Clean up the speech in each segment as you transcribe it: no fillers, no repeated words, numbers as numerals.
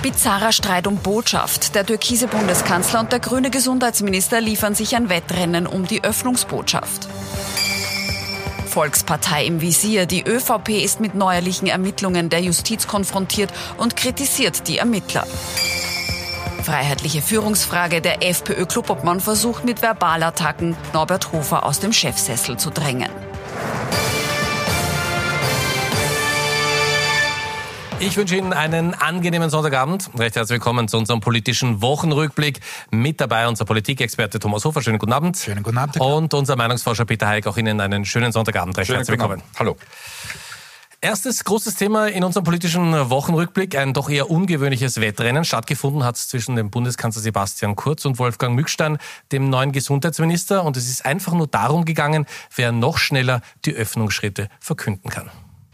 Bizarrer Streit um Botschaft. Der türkise Bundeskanzler und der grüne Gesundheitsminister liefern sich ein Wettrennen um die Öffnungsbotschaft. Volkspartei im Visier. Die ÖVP ist mit neuerlichen Ermittlungen der Justiz konfrontiert und kritisiert die Ermittler. Freiheitliche Führungsfrage. Der FPÖ-Clubobmann versucht mit Verbalattacken Norbert Hofer aus dem Chefsessel zu drängen. Ich wünsche Ihnen einen angenehmen Sonntagabend. Recht herzlich willkommen zu unserem politischen Wochenrückblick. Mit dabei unser Politikexperte Thomas Hofer. Schönen guten Abend. Schönen guten Abend. Und unser Meinungsforscher Peter Heik. Auch Ihnen einen schönen Sonntagabend. Recht herzlich willkommen. Hallo. Erstes großes Thema in unserem politischen Wochenrückblick. Ein doch eher ungewöhnliches Wettrennen. Stattgefunden hat es zwischen dem Bundeskanzler Sebastian Kurz und Wolfgang Mückstein, dem neuen Gesundheitsminister. Und es ist einfach nur darum gegangen, wer noch schneller die Öffnungsschritte verkünden kann.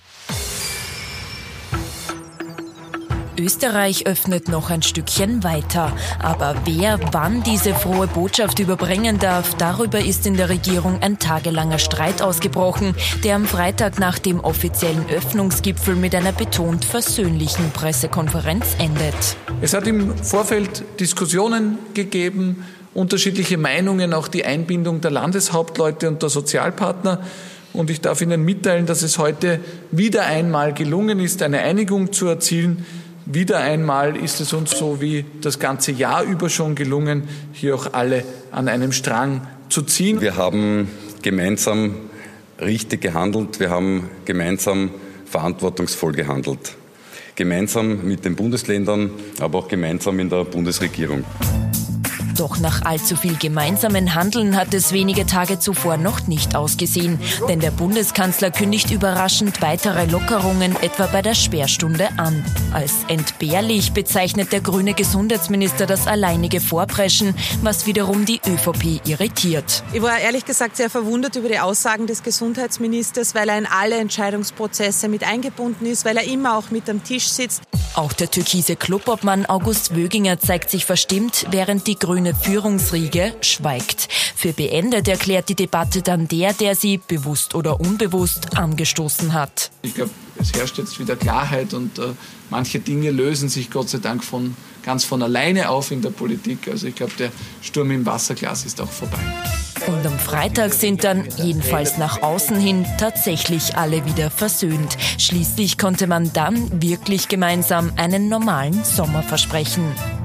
Österreich öffnet noch ein Stückchen weiter. Aber wer wann diese frohe Botschaft überbringen darf, darüber ist in der Regierung ein tagelanger Streit ausgebrochen, der am Freitag nach dem offiziellen Öffnungsgipfel mit einer betont versöhnlichen Pressekonferenz endet. Es hat im Vorfeld Diskussionen gegeben, unterschiedliche Meinungen, auch die Einbindung der Landeshauptleute und der Sozialpartner. Und ich darf Ihnen mitteilen, dass es heute wieder einmal gelungen ist, eine Einigung zu erzielen. Wieder einmal ist es uns so wie das ganze Jahr über schon gelungen, hier auch alle an einem Strang zu ziehen. Wir haben gemeinsam richtig gehandelt. Wir haben gemeinsam verantwortungsvoll gehandelt. Gemeinsam mit den Bundesländern, aber auch gemeinsam in der Bundesregierung. Doch nach allzu viel gemeinsamen Handeln hat es wenige Tage zuvor noch nicht ausgesehen. Denn der Bundeskanzler kündigt überraschend weitere Lockerungen etwa bei der Sperrstunde an. Als entbehrlich bezeichnet der grüne Gesundheitsminister das alleinige Vorpreschen, was wiederum die ÖVP irritiert. Ich war ehrlich gesagt sehr verwundert über die Aussagen des Gesundheitsministers, weil er in alle Entscheidungsprozesse mit eingebunden ist, weil er immer auch mit am Tisch sitzt. Auch der türkise Clubobmann August Wöginger zeigt sich verstimmt, während die grüne Führungsriege schweigt. Für beendet erklärt die Debatte dann der sie, bewusst oder unbewusst, angestoßen hat. Ich glaube, es herrscht jetzt wieder Klarheit und manche Dinge lösen sich Gott sei Dank ganz von alleine auf in der Politik. Also ich glaube, der Sturm im Wasserglas ist auch vorbei. Und am Freitag sind dann, jedenfalls nach außen hin, tatsächlich alle wieder versöhnt. Schließlich konnte man dann wirklich gemeinsam einen normalen Sommer versprechen.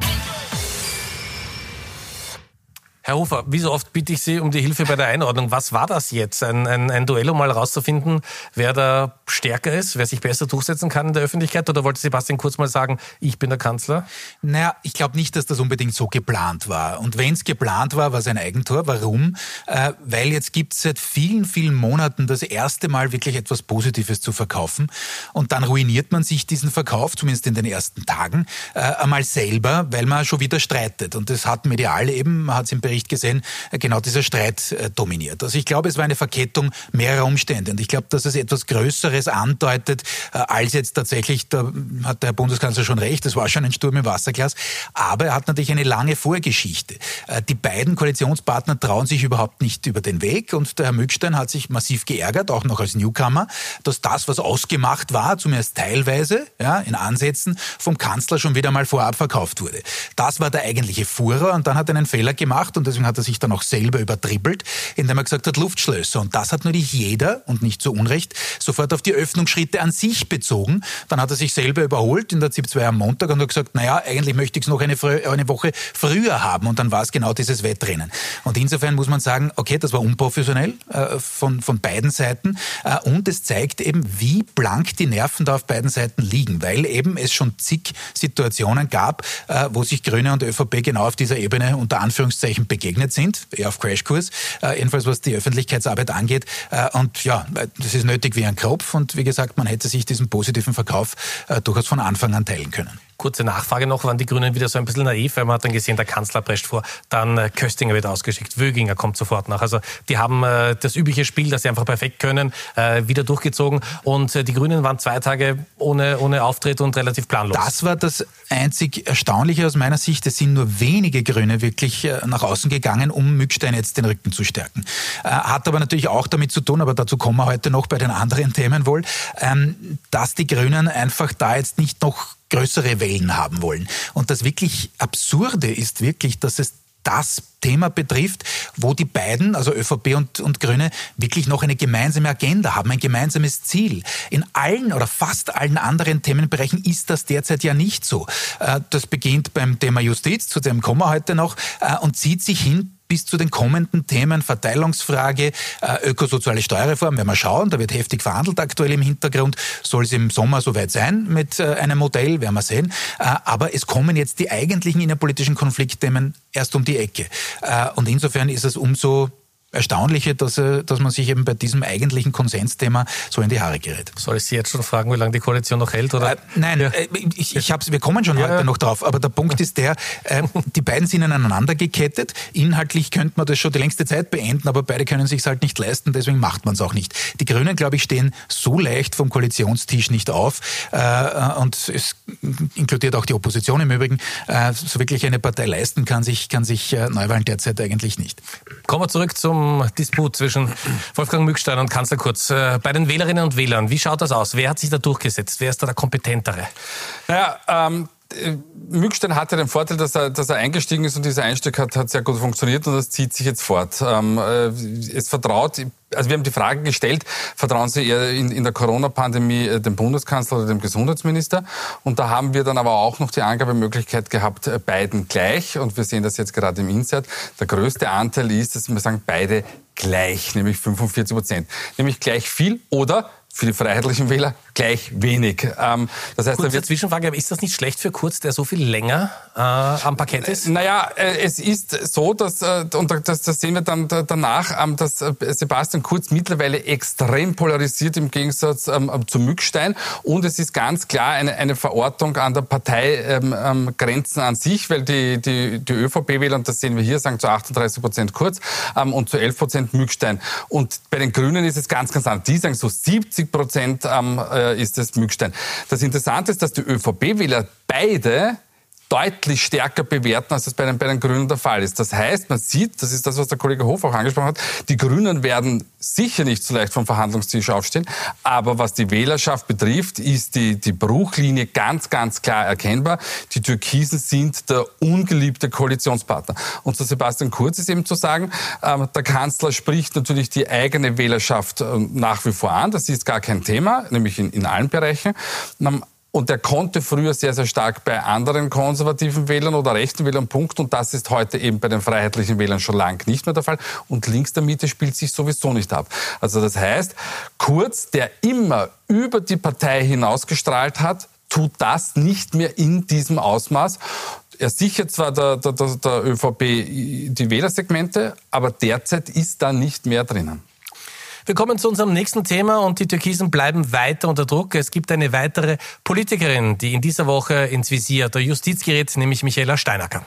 Herr Hofer, wie so oft bitte ich Sie um die Hilfe bei der Einordnung. Was war das jetzt? Ein Duell, um mal rauszufinden, wer da stärker ist, wer sich besser durchsetzen kann in der Öffentlichkeit? Oder wollte Sebastian Kurz mal sagen, ich bin der Kanzler? Naja, ich glaube nicht, dass das unbedingt so geplant war. Und wenn es geplant war, war es ein Eigentor. Warum? Weil jetzt gibt es seit vielen, vielen Monaten das erste Mal wirklich etwas Positives zu verkaufen. Und dann ruiniert man sich diesen Verkauf, zumindest in den ersten Tagen, einmal selber, weil man schon wieder streitet. Und das hat medial eben, man hat es im Bericht gesehen, genau dieser Streit dominiert. Also ich glaube, es war eine Verkettung mehrerer Umstände. Und ich glaube, dass es etwas Größeres andeutet, als jetzt tatsächlich, da hat der Herr Bundeskanzler schon recht, das war schon ein Sturm im Wasserglas. Aber er hat natürlich eine lange Vorgeschichte. Die beiden Koalitionspartner trauen sich überhaupt nicht über den Weg. Und der Herr Mückstein hat sich massiv geärgert, auch noch als Newcomer, dass das, was ausgemacht war, zumindest teilweise, ja, in Ansätzen, vom Kanzler schon wieder mal vorab verkauft wurde. Das war der eigentliche Furor. Und dann hat er einen Fehler gemacht und deswegen hat er sich dann auch selber übertribbelt, indem er gesagt hat, Luftschlösser. Und das hat natürlich jeder, und nicht zu Unrecht, sofort auf die Öffnungsschritte an sich bezogen. Dann hat er sich selber überholt in der ZIP 2 am Montag und hat gesagt, naja, eigentlich möchte ich es noch eine Woche früher haben. Und dann war es genau dieses Wettrennen. Und insofern muss man sagen, okay, das war unprofessionell von beiden Seiten. Und es zeigt eben, wie blank die Nerven da auf beiden Seiten liegen, weil eben es schon zig Situationen gab, wo sich Grüne und ÖVP genau auf dieser Ebene unter Anführungszeichen begegnet sind, eher auf Crashkurs, jedenfalls was die Öffentlichkeitsarbeit angeht. Und ja, das ist nötig wie ein Kropf und wie gesagt, man hätte sich diesen positiven Verkauf durchaus von Anfang an teilen können. Kurze Nachfrage noch, waren die Grünen wieder so ein bisschen naiv, weil man hat dann gesehen, der Kanzler prescht vor, dann Köstinger wird ausgeschickt, Wöginger kommt sofort nach. Also die haben das übliche Spiel, das sie einfach perfekt können, wieder durchgezogen und die Grünen waren 2 Tage ohne Auftritt und relativ planlos. Das war das einzig Erstaunliche aus meiner Sicht. Es sind nur wenige Grüne wirklich nach außen gegangen, um Mückstein jetzt den Rücken zu stärken. Hat aber natürlich auch damit zu tun, aber dazu kommen wir heute noch bei den anderen Themen wohl, dass die Grünen einfach da jetzt nicht noch größere Wellen haben wollen. Und das wirklich Absurde ist wirklich, dass es das Thema betrifft, wo die beiden, also ÖVP und Grüne, wirklich noch eine gemeinsame Agenda haben, ein gemeinsames Ziel. In allen oder fast allen anderen Themenbereichen ist das derzeit ja nicht so. Das beginnt beim Thema Justiz, zu dem kommen wir heute noch, und zieht sich hin bis zu den kommenden Themen Verteilungsfrage, ökosoziale Steuerreform, werden wir schauen, da wird heftig verhandelt aktuell im Hintergrund, soll es im Sommer soweit sein mit einem Modell, werden wir sehen, aber es kommen jetzt die eigentlichen innenpolitischen Konfliktthemen erst um die Ecke und insofern ist es umso Erstaunliche, dass man sich eben bei diesem eigentlichen Konsensthema so in die Haare gerät. Soll ich Sie jetzt schon fragen, wie lange die Koalition noch hält? Oder? Nein, ja. Wir kommen schon heute noch drauf, aber der Punkt ist der, die beiden sind aneinander gekettet. Inhaltlich könnte man das schon die längste Zeit beenden, aber beide können sich halt nicht leisten, deswegen macht man es auch nicht. Die Grünen, glaube ich, stehen so leicht vom Koalitionstisch nicht auf und es inkludiert auch die Opposition im Übrigen. So wirklich eine Partei leisten kann sich Neuwahlen derzeit eigentlich nicht. Kommen wir zurück zum Disput zwischen Wolfgang Mückstein und Kanzler Kurz. Bei den Wählerinnen und Wählern, wie schaut das aus? Wer hat sich da durchgesetzt? Wer ist da der Kompetentere? Naja, Mückstein hatte den Vorteil, dass er eingestiegen ist und dieser Einstieg hat sehr gut funktioniert und das zieht sich jetzt fort. Es vertraut, also wir haben die Frage gestellt, vertrauen Sie eher in der Corona-Pandemie dem Bundeskanzler oder dem Gesundheitsminister? Und da haben wir dann aber auch noch die Angabemöglichkeit gehabt, beiden gleich. Und wir sehen das jetzt gerade im Insert. Der größte Anteil ist, dass wir sagen, beide gleich, nämlich 45%. Nämlich gleich viel oder für die freiheitlichen Wähler gleich wenig. Das heißt, kurze Zwischenfrage, aber ist das nicht schlecht für Kurz, der so viel länger am Parkett ist? Naja, es ist so, dass, und das sehen wir dann danach, dass Sebastian Kurz mittlerweile extrem polarisiert im Gegensatz zu Mückstein. Und es ist ganz klar eine Verortung an der Parteigrenzen an sich, weil die ÖVP-Wähler, und das sehen wir hier, sagen zu 38% Kurz und zu 11% Mückstein. Und bei den Grünen ist es ganz anders. Die sagen so 70% ist es Mückstein. Das Interessante ist, dass die ÖVP-Wähler beide deutlich stärker bewerten, als das bei den Grünen der Fall ist. Das heißt, man sieht, das ist das, was der Kollege Hof auch angesprochen hat, die Grünen werden sicher nicht so leicht vom Verhandlungstisch aufstehen, aber was die Wählerschaft betrifft, ist die Bruchlinie ganz, ganz klar erkennbar. Die Türkisen sind der ungeliebte Koalitionspartner. Und zu Sebastian Kurz ist eben zu sagen, der Kanzler spricht natürlich die eigene Wählerschaft nach wie vor an, das ist gar kein Thema, nämlich in allen Bereichen. Und er konnte früher sehr, sehr stark bei anderen konservativen Wählern oder rechten Wählern punkten. Und das ist heute eben bei den freiheitlichen Wählern schon lang nicht mehr der Fall. Und links der Mitte spielt sich sowieso nicht ab. Also das heißt, Kurz, der immer über die Partei hinausgestrahlt hat, tut das nicht mehr in diesem Ausmaß. Er sichert zwar der ÖVP die Wählersegmente, aber derzeit ist da nicht mehr drinnen. Wir kommen zu unserem nächsten Thema und die Türkisen bleiben weiter unter Druck. Es gibt eine weitere Politikerin, die in dieser Woche ins Visier der Justiz gerät, nämlich Michaela Steinacker.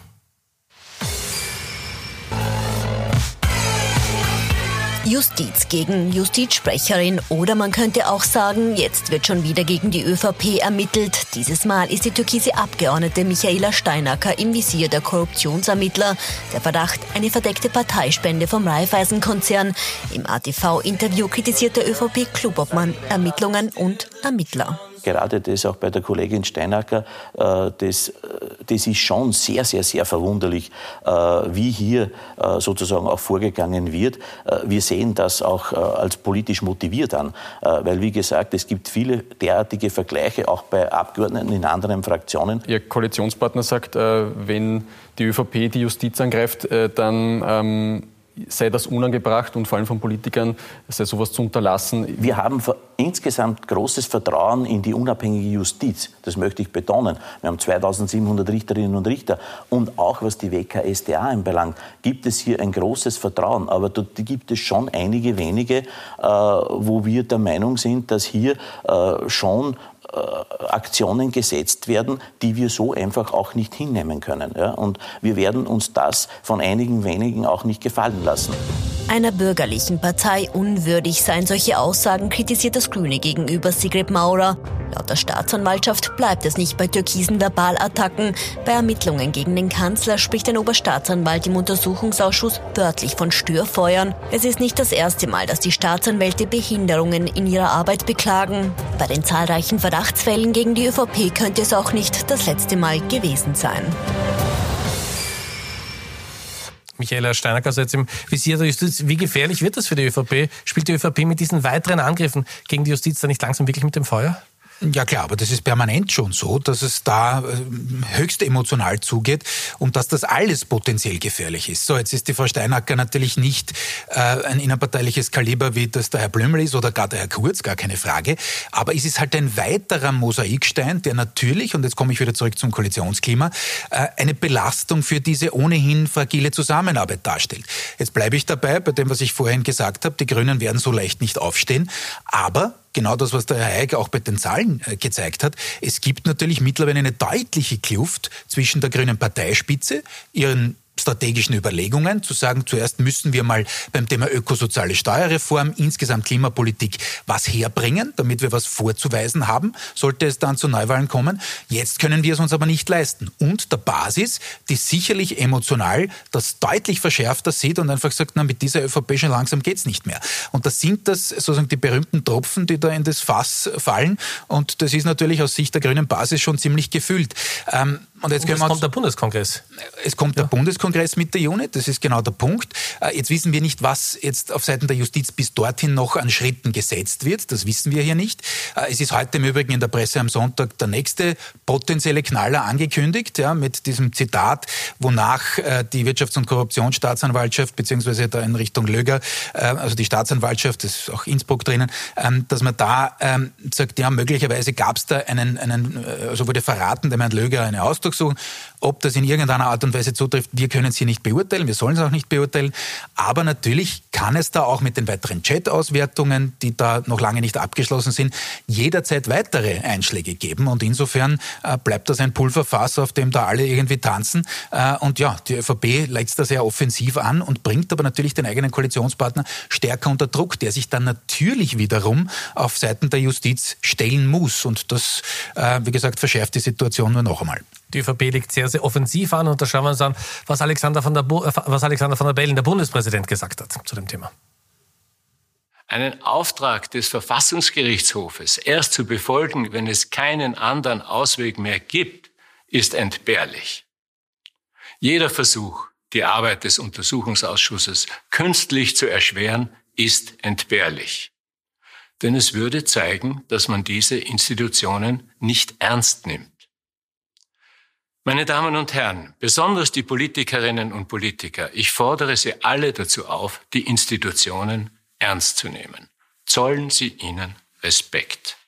Justiz gegen Justizsprecherin oder man könnte auch sagen, jetzt wird schon wieder gegen die ÖVP ermittelt. Dieses Mal ist die türkise Abgeordnete Michaela Steinacker im Visier der Korruptionsermittler. Der Verdacht, eine verdeckte Parteispende vom Raiffeisen-Konzern. Im ATV-Interview kritisiert der ÖVP-Clubobmann Ermittlungen und Ermittler. Gerade das auch bei der Kollegin Steinacker, das ist schon sehr, sehr, sehr verwunderlich, wie hier sozusagen auch vorgegangen wird. Wir sehen das auch als politisch motiviert an, weil, wie gesagt, es gibt viele derartige Vergleiche, auch bei Abgeordneten in anderen Fraktionen. Ihr Koalitionspartner sagt, wenn die ÖVP die Justiz angreift, dann sei das unangebracht und vor allem von Politikern sei sowas zu unterlassen. Wir haben insgesamt großes Vertrauen in die unabhängige Justiz. Das möchte ich betonen. Wir haben 2700 Richterinnen und Richter. Und auch was die WKStA anbelangt, gibt es hier ein großes Vertrauen. Aber da gibt es schon einige wenige, wo wir der Meinung sind, dass hier schon Aktionen gesetzt werden, die wir so einfach auch nicht hinnehmen können. Ja? Und wir werden uns das von einigen wenigen auch nicht gefallen lassen. Einer bürgerlichen Partei unwürdig seien solche Aussagen, kritisiert das Grüne gegenüber Sigrid Maurer. Laut der Staatsanwaltschaft bleibt es nicht bei türkisen Verbalattacken. Bei Ermittlungen gegen den Kanzler spricht ein Oberstaatsanwalt im Untersuchungsausschuss wörtlich von Störfeuern. Es ist nicht das erste Mal, dass die Staatsanwälte Behinderungen in ihrer Arbeit beklagen. Bei den zahlreichen Verdachtsfällen gegen die ÖVP könnte es auch nicht das letzte Mal gewesen sein. Michaela Steinacker, also jetzt im Visier der Justiz. Wie gefährlich wird das für die ÖVP? Spielt die ÖVP mit diesen weiteren Angriffen gegen die Justiz da nicht langsam wirklich mit dem Feuer? Ja klar, aber das ist permanent schon so, dass es da höchst emotional zugeht und dass das alles potenziell gefährlich ist. So, jetzt ist die Frau Steinacker natürlich nicht ein innerparteiliches Kaliber, wie das der Herr Blümel ist oder gar der Herr Kurz, gar keine Frage. Aber es ist halt ein weiterer Mosaikstein, der natürlich, und jetzt komme ich wieder zurück zum Koalitionsklima, eine Belastung für diese ohnehin fragile Zusammenarbeit darstellt. Jetzt bleibe ich dabei, bei dem, was ich vorhin gesagt habe, die Grünen werden so leicht nicht aufstehen, aber genau das, was der Herr Hayek auch bei den Zahlen gezeigt hat. Es gibt natürlich mittlerweile eine deutliche Kluft zwischen der grünen Parteispitze, ihren strategischen Überlegungen, zu sagen, zuerst müssen wir mal beim Thema ökosoziale Steuerreform, insgesamt Klimapolitik was herbringen, damit wir was vorzuweisen haben, sollte es dann zu Neuwahlen kommen. Jetzt können wir es uns aber nicht leisten. Und der Basis, die sicherlich emotional das deutlich verschärfter sieht und einfach sagt, na, mit dieser ÖVP schon langsam geht's nicht mehr. Und das sind sozusagen die berühmten Tropfen, die da in das Fass fallen. Und das ist natürlich aus Sicht der grünen Basis schon ziemlich gefüllt. Und jetzt kommt der Bundeskongress. Es kommt der Bundeskongress Mitte Juni, das ist genau der Punkt. Jetzt wissen wir nicht, was jetzt auf Seiten der Justiz bis dorthin noch an Schritten gesetzt wird. Das wissen wir hier nicht. Es ist heute im Übrigen in der Presse am Sonntag der nächste potenzielle Knaller angekündigt, ja, mit diesem Zitat, wonach die Wirtschafts- und Korruptionsstaatsanwaltschaft, beziehungsweise da in Richtung Löger, also die Staatsanwaltschaft, das ist auch Innsbruck drinnen, dass man da sagt, ja, möglicherweise gab es da also wurde verraten, dem Herrn Löger eine Ausdruckssuche. Ob das in irgendeiner Art und Weise zutrifft, wir können es hier nicht beurteilen, wir sollen es auch nicht beurteilen. Aber natürlich kann es da auch mit den weiteren Chat-Auswertungen, die da noch lange nicht abgeschlossen sind, jederzeit weitere Einschläge geben. Und insofern bleibt das ein Pulverfass, auf dem da alle irgendwie tanzen. Und ja, die ÖVP legt es da sehr offensiv an und bringt aber natürlich den eigenen Koalitionspartner stärker unter Druck, der sich dann natürlich wiederum auf Seiten der Justiz stellen muss. Und das, wie gesagt, verschärft die Situation nur noch einmal. Die ÖVP legt sehr, sehr offensiv an und da schauen wir uns an, was Alexander van der Bellen, der Bundespräsident, gesagt hat zu dem Thema. Einen Auftrag des Verfassungsgerichtshofes erst zu befolgen, wenn es keinen anderen Ausweg mehr gibt, ist entbehrlich. Jeder Versuch, die Arbeit des Untersuchungsausschusses künstlich zu erschweren, ist entbehrlich. Denn es würde zeigen, dass man diese Institutionen nicht ernst nimmt. Meine Damen und Herren, besonders die Politikerinnen und Politiker, ich fordere Sie alle dazu auf, die Institutionen ernst zu nehmen. Zollen Sie ihnen Respekt.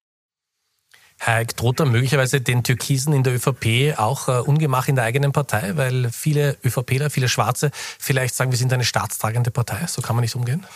Herr Hayek, droht da möglicherweise den Türkisen in der ÖVP auch Ungemach in der eigenen Partei, weil viele ÖVPler, viele Schwarze vielleicht sagen, wir sind eine staatstragende Partei, so kann man nicht umgehen?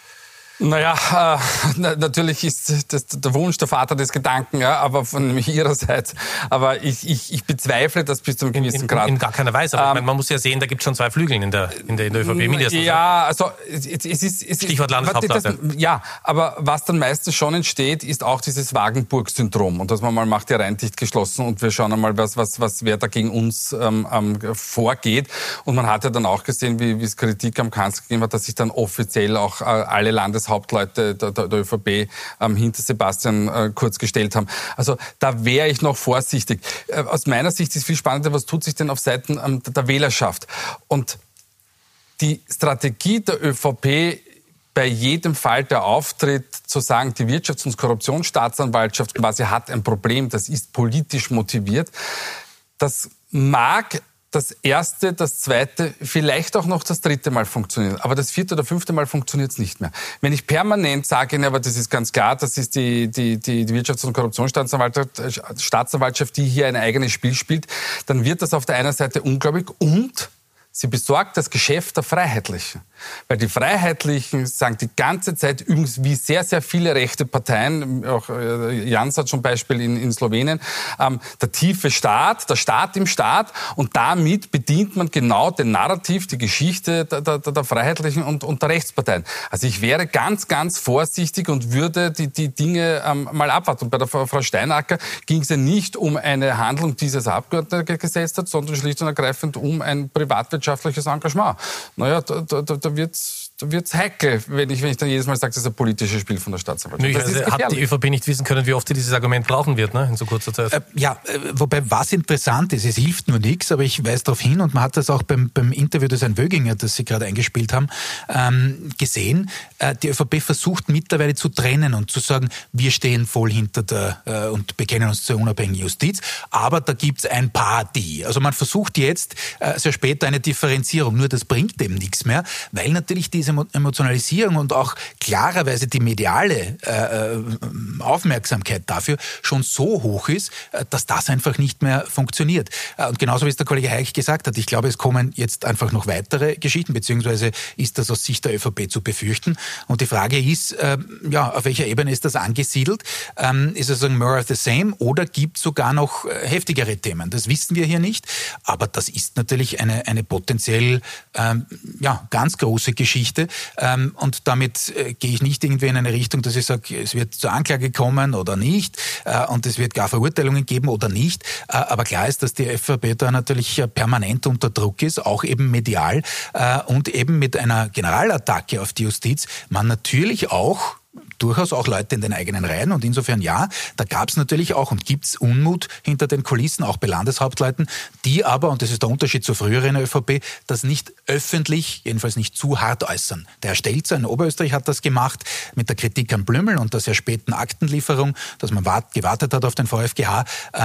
Naja, natürlich ist das der Wunsch der Vater des Gedanken, ja, aber von ihrerseits. Aber ich bezweifle das bis zu einem gewissen Grad. In gar keiner Weise. Aber man muss ja sehen, da gibt es schon zwei Flügel in der ÖVP mindestens. Ja, also es ist Stichwort Landeshauptleute. Ja, aber was dann meistens schon entsteht, ist auch dieses Wagenburg-Syndrom. Und dass man mal macht die rein dicht geschlossen und wir schauen einmal, wer da gegen uns vorgeht. Und man hat ja dann auch gesehen, wie es Kritik am Kanzler gegeben hat, dass sich dann offiziell auch alle Landeshauptleute der ÖVP hinter Sebastian Kurz gestellt haben. Also da wäre ich noch vorsichtig. Aus meiner Sicht ist viel spannender, was tut sich denn auf Seiten der Wählerschaft? Und die Strategie der ÖVP, bei jedem Fall, der auftritt, zu sagen, die Wirtschafts- und Korruptionsstaatsanwaltschaft quasi hat ein Problem, das ist politisch motiviert, das mag das erste, das zweite, vielleicht auch noch das dritte Mal funktioniert. Aber das vierte oder fünfte Mal funktioniert es nicht mehr. Wenn ich permanent sage, aber das ist ganz klar, das ist die Wirtschafts- und Korruptionsstaatsanwaltschaft, die hier ein eigenes Spiel spielt, dann wird das auf der einen Seite unglaublich und sie besorgt das Geschäft der Freiheitlichen. Weil die Freiheitlichen sagen die ganze Zeit übrigens, wie sehr, sehr viele rechte Parteien, auch Jans hat schon Beispiel in Slowenien, der tiefe Staat, der Staat im Staat, und damit bedient man genau den Narrativ, die Geschichte der Freiheitlichen und der Rechtsparteien. Also ich wäre ganz, ganz vorsichtig und würde die Dinge mal abwarten. Und bei der Frau Steinacker ging es ja nicht um eine Handlung, die sie als Abgeordnete gesetzt hat, sondern schlicht und ergreifend um ein privatwirtschaftliches Engagement. Naja, da wird's heikel, wenn ich dann jedes Mal sage, das ist ein politisches Spiel von der Staatsanwaltschaft. Hat die ÖVP nicht wissen können, wie oft sie dieses Argument brauchen wird, in so kurzer Zeit? Wobei was interessant ist, es hilft nur nichts, aber ich weise darauf hin, und man hat das auch beim Interview des Herrn Wöginger, das Sie gerade eingespielt haben, gesehen. Die ÖVP versucht mittlerweile zu trennen und zu sagen, wir stehen voll hinter und bekennen uns zur unabhängigen Justiz, aber da gibt's ein paar die. Also man versucht jetzt sehr später eine Differenzierung, nur das bringt eben nichts mehr, weil natürlich diese Emotionalisierung und auch klarerweise die mediale Aufmerksamkeit dafür schon so hoch ist, dass das einfach nicht mehr funktioniert. Und genauso wie es der Kollege Haig gesagt hat, ich glaube, es kommen jetzt einfach noch weitere Geschichten, beziehungsweise ist das aus Sicht der ÖVP zu befürchten. Und die Frage ist, auf welcher Ebene ist das angesiedelt? Ist es more of the same oder gibt es sogar noch heftigere Themen? Das wissen wir hier nicht, aber das ist natürlich eine potenziell ganz große Geschichte. Und damit gehe ich nicht irgendwie in eine Richtung, dass ich sage, es wird zur Anklage kommen oder nicht und es wird gar Verurteilungen geben oder nicht. Aber klar ist, dass die ÖVP da natürlich permanent unter Druck ist, auch eben medial und eben mit einer Generalattacke auf die Justiz man natürlich auch durchaus auch Leute in den eigenen Reihen, und insofern da gab es natürlich auch und gibt es Unmut hinter den Kulissen, auch bei Landeshauptleuten, die aber, und das ist der Unterschied zur früheren ÖVP, das nicht öffentlich, jedenfalls nicht zu hart äußern. Der Herr Stelzer in Oberösterreich hat das gemacht mit der Kritik an Blümel und der sehr späten Aktenlieferung, dass man gewartet hat auf den VfGH,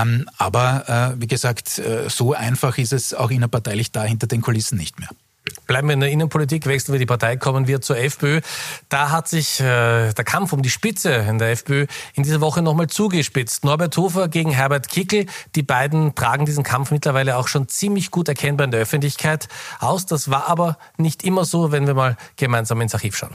aber wie gesagt, so einfach ist es auch innerparteilich da hinter den Kulissen nicht mehr. Bleiben wir in der Innenpolitik, wechseln wir die Partei, kommen wir zur FPÖ. Da hat sich der Kampf um die Spitze in der FPÖ in dieser Woche nochmal zugespitzt. Norbert Hofer gegen Herbert Kickl. Die beiden tragen diesen Kampf mittlerweile auch schon ziemlich gut erkennbar in der Öffentlichkeit aus. Das war aber nicht immer so, wenn wir mal gemeinsam ins Archiv schauen.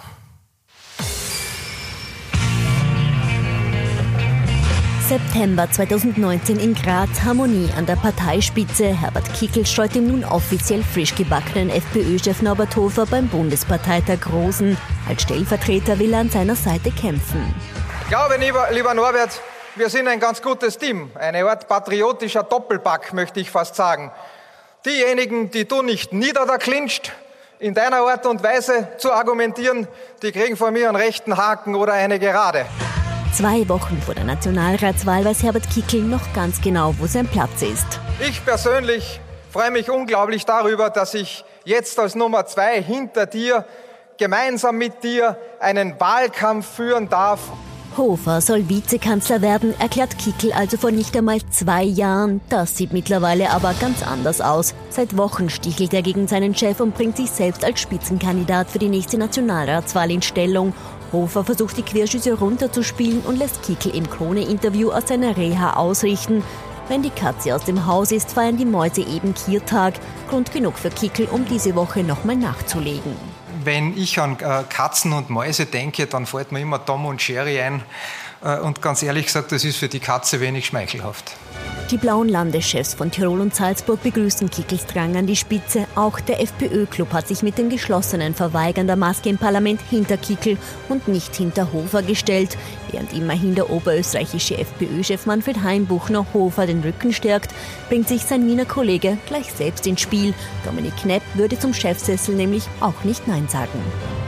September 2019 in Graz, Harmonie an der Parteispitze. Herbert Kickl scheut dem nun offiziell frisch gebackenen FPÖ-Chef Norbert Hofer beim Bundesparteitag Rosen. Als Stellvertreter will er an seiner Seite kämpfen. Ich glaube, lieber Norbert, wir sind ein ganz gutes Team. Eine Art patriotischer Doppelpack, möchte ich fast sagen. Diejenigen, die du nicht niederklatscht, in deiner Art und Weise zu argumentieren, die kriegen von mir einen rechten Haken oder eine Gerade. 2 Wochen vor der Nationalratswahl weiß Herbert Kickl noch ganz genau, wo sein Platz ist. Ich persönlich freue mich unglaublich darüber, dass ich jetzt als Nummer 2 hinter dir, gemeinsam mit dir, einen Wahlkampf führen darf. Hofer soll Vizekanzler werden, erklärt Kickl also vor nicht einmal 2 Jahren. Das sieht mittlerweile aber ganz anders aus. Seit Wochen stichelt er gegen seinen Chef und bringt sich selbst als Spitzenkandidat für die nächste Nationalratswahl in Stellung. Hofer versucht die Querschüsse runterzuspielen und lässt Kickl im Krone-Interview aus seiner Reha ausrichten. Wenn die Katze aus dem Haus ist, feiern die Mäuse eben Kiertag. Grund genug für Kickl, um diese Woche nochmal nachzulegen. Wenn ich an Katzen und Mäuse denke, dann fällt mir immer Tom und Jerry ein. Und ganz ehrlich gesagt, das ist für die Katze wenig schmeichelhaft. Die blauen Landeschefs von Tirol und Salzburg begrüßen Kickls Drang an die Spitze. Auch der FPÖ-Club hat sich mit dem geschlossenen Verweigern der Maske im Parlament hinter Kickl und nicht hinter Hofer gestellt. Während immerhin der oberösterreichische FPÖ-Chef Manfred Hainbuchner Hofer den Rücken stärkt, bringt sich sein Wiener Kollege gleich selbst ins Spiel. Dominik Knepp würde zum Chefsessel nämlich auch nicht Nein sagen.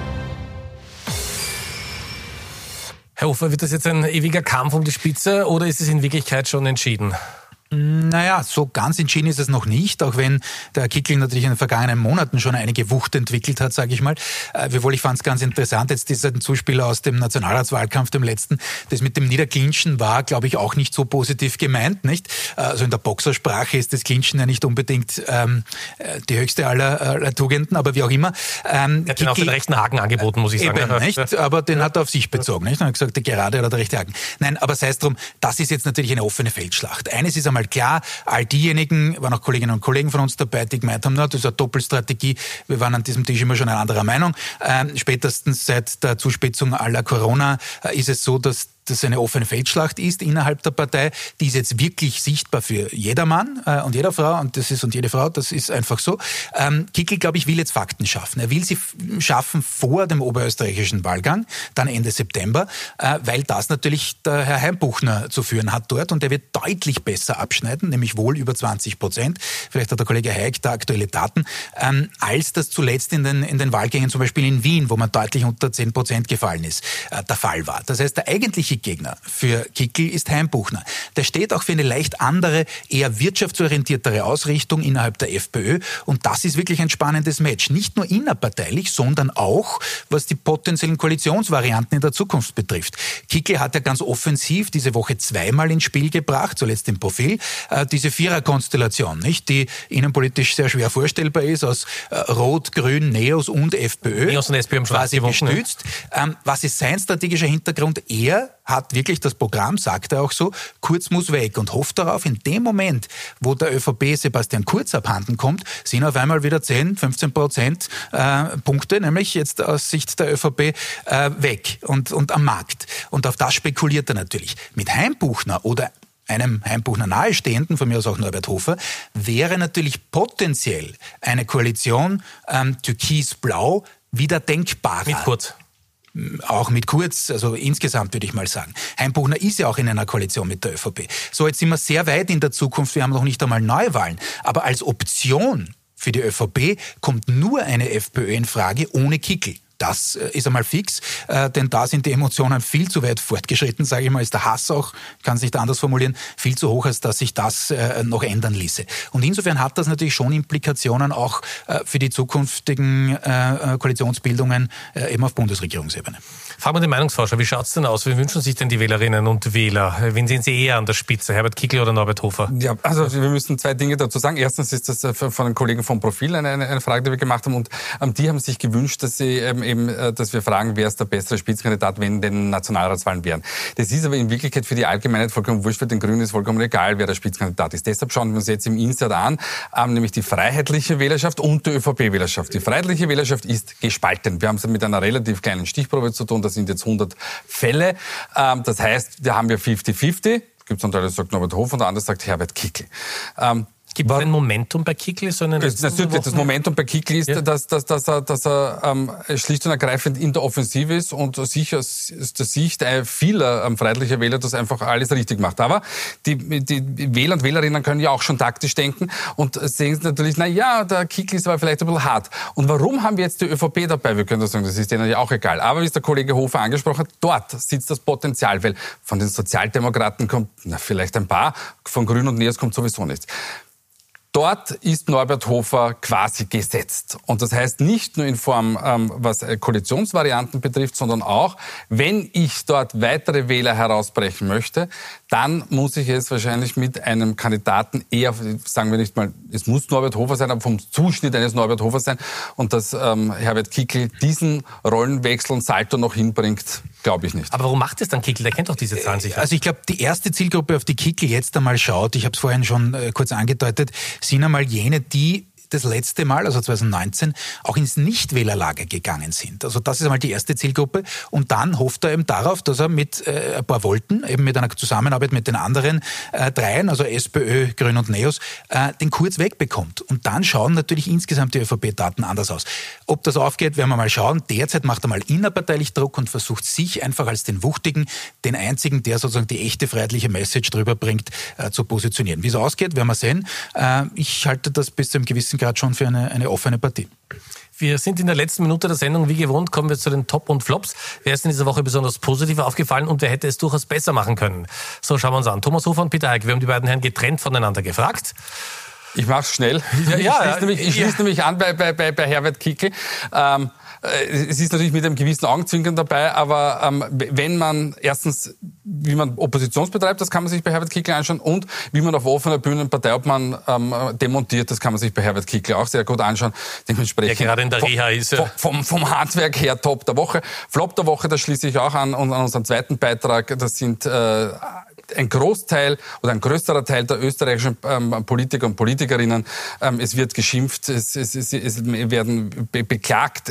Herr Hofer, wird das jetzt ein ewiger Kampf um die Spitze oder ist es in Wirklichkeit schon entschieden? Naja, so ganz entschieden ist es noch nicht, auch wenn der Kickl natürlich in den vergangenen Monaten schon einige Wucht entwickelt hat, sage ich mal. Wiewohl ich fand es ganz interessant, jetzt dieser Zuspieler aus dem Nationalratswahlkampf, dem letzten, das mit dem Niederklinschen war, glaube ich, auch nicht so positiv gemeint, nicht? Also in der Boxersprache ist das Klinschen ja nicht unbedingt die höchste aller Tugenden, aber wie auch immer. Er hat den auf den rechten Haken angeboten, muss ich sagen. Eben, nicht? Aber den hat er auf sich bezogen, nicht? Er hat gesagt, der gerade oder der rechte Haken. Nein, aber sei es drum, das ist jetzt natürlich eine offene Feldschlacht. Eines ist einmal einmal klar, all diejenigen, waren auch Kolleginnen und Kollegen von uns dabei, die gemeint haben, das ist eine Doppelstrategie, wir waren an diesem Tisch immer schon einer anderer Meinung. Spätestens seit der Zuspitzung aller Corona ist es so, dass das eine offene Feldschlacht ist innerhalb der Partei, die ist jetzt wirklich sichtbar für jedermann und jede Frau und jede Frau, das ist einfach so. Kickl, glaube ich, will jetzt Fakten schaffen. Er will sie schaffen vor dem oberösterreichischen Wahlgang, dann Ende September, weil das natürlich der Herr Heimbuchner zu führen hat dort und der wird deutlich besser abschneiden, nämlich wohl über 20%. Vielleicht hat der Kollege Hayek da aktuelle Daten, als das zuletzt in den Wahlgängen zum Beispiel in Wien, wo man deutlich unter 10% gefallen ist, der Fall war. Das heißt, der eigentliche Gegner für Kickl ist Heimbuchner. Der steht auch für eine leicht andere, eher wirtschaftsorientiertere Ausrichtung innerhalb der FPÖ und das ist wirklich ein spannendes Match. Nicht nur innerparteilich, sondern auch, was die potenziellen Koalitionsvarianten in der Zukunft betrifft. Kickl hat ja ganz offensiv diese Woche zweimal ins Spiel gebracht, zuletzt im Profil, diese Viererkonstellation, nicht, die innenpolitisch sehr schwer vorstellbar ist, aus Rot, Grün, Neos und FPÖ. Neos und SPÖ im quasi gestützt. Was ist sein strategischer Hintergrund? Er hat wirklich das Programm, sagt er auch so, Kurz muss weg und hofft darauf, in dem Moment, wo der ÖVP Sebastian Kurz abhanden kommt, sind auf einmal wieder 10-15% Punkte, nämlich jetzt aus Sicht der ÖVP, weg und am Markt. Und auf das spekuliert er natürlich. Mit Heimbuchner oder einem Heimbuchner nahestehenden, von mir aus auch Norbert Hofer, wäre natürlich potenziell eine Koalition türkis-blau wieder denkbarer. Mit Kurz. Auch mit Kurz, also insgesamt würde ich mal sagen. Heimbuchner ist ja auch in einer Koalition mit der ÖVP. So, jetzt sind wir sehr weit in der Zukunft, wir haben noch nicht einmal Neuwahlen. Aber als Option für die ÖVP kommt nur eine FPÖ in Frage ohne Kickl. Das ist einmal fix, denn da sind die Emotionen viel zu weit fortgeschritten, sage ich mal, ist der Hass auch, kann sich da anders formulieren, viel zu hoch, als dass sich das noch ändern ließe. Und insofern hat das natürlich schon Implikationen auch für die zukünftigen Koalitionsbildungen eben auf Bundesregierungsebene. Fragen wir den Meinungsforscher, wie schaut es denn aus? Wie wünschen sich denn die Wählerinnen und Wähler? Wen sehen Sie eher an der Spitze, Herbert Kickl oder Norbert Hofer? Ja, also wir müssen zwei Dinge dazu sagen. Erstens ist das von den Kollegen vom Profil eine Frage, die wir gemacht haben. Und die haben sich gewünscht, dass wir fragen, wer ist der bessere Spitzenkandidat, wenn denn Nationalratswahlen wären. Das ist aber in Wirklichkeit für die Allgemeinheit vollkommen wurscht, für den Grünen ist vollkommen egal, wer der Spitzenkandidat ist. Deshalb schauen wir uns jetzt im Insert an, nämlich die freiheitliche Wählerschaft und die ÖVP-Wählerschaft. Die freiheitliche Wählerschaft ist gespalten. Wir haben es mit einer relativ kleinen Stichprobe zu tun, das sind jetzt 100 Fälle. Das heißt, da haben wir 50-50. Gibt es einen Teil, der sagt Norbert Hofer und der andere sagt Herbert Kickl. Gibt es ein Momentum bei Kickl? Das Momentum bei Kickl ist, ja, dass er schlicht und ergreifend in der Offensive ist und sicher aus der Sicht vieler freiheitlicher Wähler das einfach alles richtig macht. Aber die Wähler und Wählerinnen können ja auch schon taktisch denken und sehen natürlich, der Kickl ist aber vielleicht ein bisschen hart. Und warum haben wir jetzt die ÖVP dabei? Wir können das sagen, das ist denen ja auch egal. Aber wie es der Kollege Hofer angesprochen hat, dort sitzt das Potenzial, weil von den Sozialdemokraten kommt vielleicht ein paar, von Grün und Neos kommt sowieso nichts. Dort ist Norbert Hofer quasi gesetzt. Und das heißt nicht nur in Form, was Koalitionsvarianten betrifft, sondern auch, wenn ich dort weitere Wähler herausbrechen möchte, dann muss ich es wahrscheinlich mit einem Kandidaten eher, sagen wir nicht mal, es muss Norbert Hofer sein, aber vom Zuschnitt eines Norbert Hofer sein. Und dass Herbert Kickl diesen Rollenwechsel und Salto noch hinbringt, glaube ich nicht. Aber warum macht es dann Kickl? Der kennt doch diese Zahlen sicher. Also ich glaube, die erste Zielgruppe, auf die Kickl jetzt einmal schaut, ich habe es vorhin schon kurz angedeutet, sind einmal jene, die das letzte Mal, also 2019, auch ins Nichtwählerlager gegangen sind. Also das ist einmal die erste Zielgruppe. Und dann hofft er eben darauf, dass er mit ein paar Volten, eben mit einer Zusammenarbeit mit den anderen dreien, also SPÖ, Grün und Neos, den Kurz wegbekommt. Und dann schauen natürlich insgesamt die ÖVP-Daten anders aus. Ob das aufgeht, werden wir mal schauen. Derzeit macht er mal innerparteilich Druck und versucht sich einfach als den Wuchtigen, den einzigen, der sozusagen die echte freiheitliche Message drüber bringt, zu positionieren. Wie es ausgeht, werden wir sehen. Ich halte das bis zu einem gewissen Grad schon für eine offene Partie. Wir sind in der letzten Minute der Sendung. Wie gewohnt kommen wir zu den Top und Flops. Wer ist in dieser Woche besonders positiv aufgefallen und wer hätte es durchaus besser machen können? So, schauen wir uns an. Thomas Hofer und Peter Hayek. Wir haben die beiden Herren getrennt voneinander gefragt. Ich mach's schnell. Ich schließe nämlich an bei Herbert Kickl. Es ist natürlich mit einem gewissen Augenzwinkern dabei, aber wenn man erstens, wie man Opposition betreibt, das kann man sich bei Herbert Kickl anschauen, und wie man auf offener Bühne einen Parteiobmann demontiert, das kann man sich bei Herbert Kickl auch sehr gut anschauen. Dementsprechend der gerade in der Reha ist. Vom Handwerk her Top der Woche. Flop der Woche, das schließe ich auch an unseren zweiten Beitrag. Das sind ein Großteil oder ein größerer Teil der österreichischen Politiker und Politikerinnen, es wird geschimpft, es werden beklagt,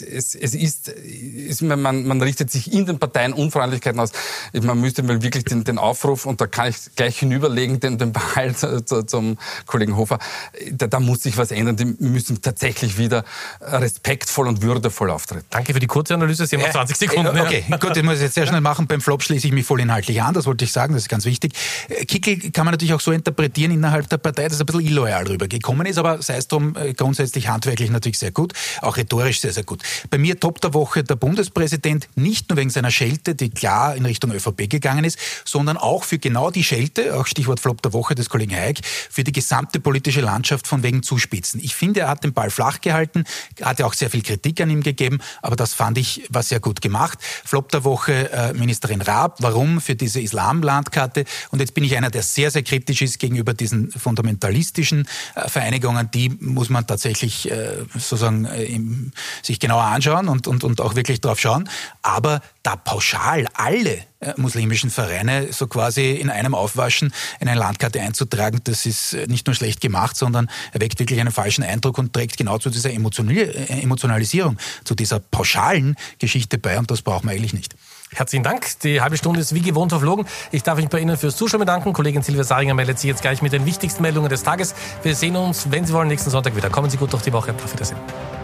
man richtet sich in den Parteien Unfreundlichkeiten aus. Man müsste mal wirklich den Aufruf, und da kann ich gleich hinüberlegen, den Ball zum Kollegen Hofer, da muss sich was ändern. Die müssen tatsächlich wieder respektvoll und würdevoll auftreten. Danke für die kurze Analyse. Sie haben noch 20 Sekunden. Okay, gut, das muss ich jetzt sehr schnell machen. Beim Flop schließe ich mich voll inhaltlich an, das wollte ich sagen, das ist ganz wichtig. Kickl kann man natürlich auch so interpretieren innerhalb der Partei, dass er ein bisschen illoyal rübergekommen ist, aber sei es drum, grundsätzlich handwerklich natürlich sehr gut, auch rhetorisch sehr, sehr gut. Bei mir Top der Woche der Bundespräsident, nicht nur wegen seiner Schelte, die klar in Richtung ÖVP gegangen ist, sondern auch für genau die Schelte, auch Stichwort Flop der Woche des Kollegen Hayek, für die gesamte politische Landschaft von wegen Zuspitzen. Ich finde, er hat den Ball flach gehalten, hat ja auch sehr viel Kritik an ihm gegeben, aber das fand ich, war sehr gut gemacht. Flop der Woche Ministerin Raab, warum? Für diese Islamlandkarte. Und jetzt bin ich einer, der sehr, sehr kritisch ist gegenüber diesen fundamentalistischen Vereinigungen. Die muss man tatsächlich sozusagen sich genauer anschauen und auch wirklich drauf schauen. Aber da pauschal alle muslimischen Vereine so quasi in einem aufwaschen, in eine Landkarte einzutragen, das ist nicht nur schlecht gemacht, sondern erweckt wirklich einen falschen Eindruck und trägt genau zu dieser Emotionalisierung, zu dieser pauschalen Geschichte bei, und das braucht man eigentlich nicht. Herzlichen Dank. Die halbe Stunde ist wie gewohnt verflogen. Ich darf mich bei Ihnen fürs Zuschauen bedanken. Kollegin Silvia Saringer meldet sich jetzt gleich mit den wichtigsten Meldungen des Tages. Wir sehen uns, wenn Sie wollen, nächsten Sonntag wieder. Kommen Sie gut durch die Woche. Auf Wiedersehen.